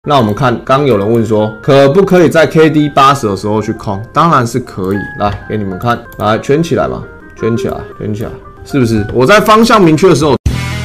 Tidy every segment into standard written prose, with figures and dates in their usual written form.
那我们看，刚有人问说，可不可以在 KD 80的时候去空？当然是可以。来，给你们看，来圈起来嘛，圈起来，圈起来，是不是？我在方向明确的时候。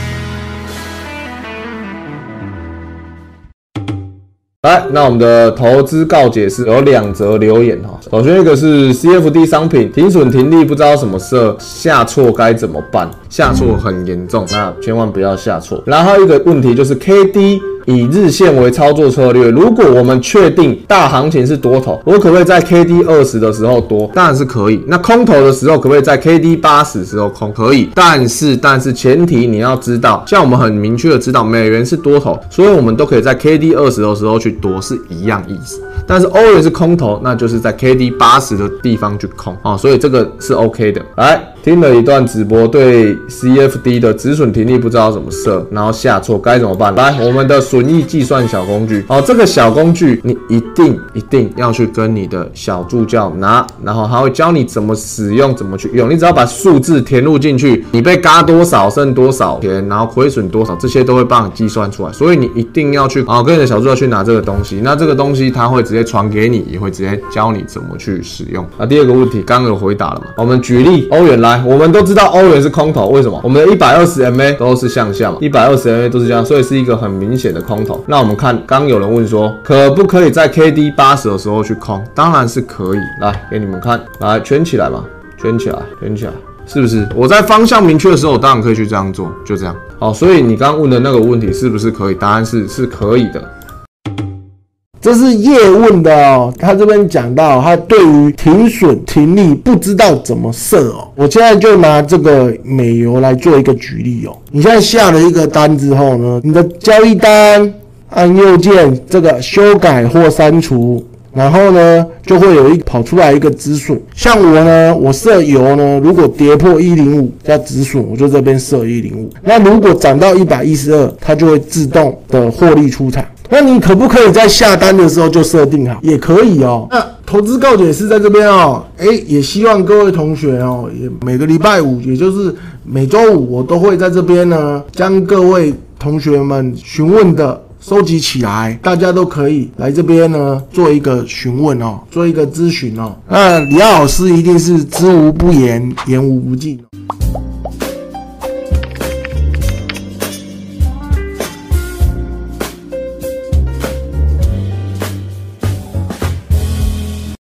来，那我们的投资告解室有2则留言哈。首先一个是 CFD 商品停损停利不知道什么设，下错该怎么办？下错很严重，那千万不要下错。然后一个问题就是 KD。以日线为操作策略，如果我们确定大行情是多头，我可不可以在 KD 20的时候多？当然是可以。那空头的时候可不可以在 KD 80的时候空？可以。但是前提你要知道，像我们很明确的知道美元是多头，所以我们都可以在 KD 20的时候去多，是一样意思。但是欧元是空头，那就是在 KD 80的地方去空啊，所以这个是 OK 的。来，听了一段直播，对 CFD 的止损停利不知道怎么设，然后下错该怎么办？来，我们的损益计算小工具哦，这个小工具你一定要去跟你的小助教拿，然后他会教你怎么使用，怎么去用。你只要把数字填入进去，你被嘎多少，剩多少钱，然后亏损多少，这些都会帮你计算出来。所以你一定要去跟你的小助教去拿这个东西。那这个东西他会直接传给你，也会直接教你怎么去使用。那第二个问题刚刚有回答了嘛？我们举例欧元来，我们都知道欧元是空头，为什么？我们的120 MA 都是向下嘛，120 MA 都是这样，所以是一个很明显的空头。那我们看，刚有人问说，可不可以在 KD 80的时候去空？当然是可以。来，给你们看，来圈起来嘛，圈起来，圈起来，是不是？我在方向明确的时候，我当然可以去这样做，就这样。好，所以你刚刚问的那个问题是不是可以？答案是可以的。 这是叶问的哦，他这边讲到他对于停损停利不知道怎么设哦。我现在就拿这个美油来做一个举例哦。你现在下了一个单之后呢，你的交易单按右键这个修改或删除，然后呢就会有跑出来一个止损。像我呢，我设油呢，如果跌破105要止损，我就这边设105。那如果涨到112，它就会自动的获利出场。那你可不可以在下单的时候就设定好？也可以哦。那投资告解室在这边哦，也希望各位同学哦，也每个礼拜五，也就是每周五，我都会在这边呢，将各位同学们询问的收集起来，大家都可以来这边呢做一个询问哦，做一个咨询哦。那李奥老师一定是知无不言，言无不尽。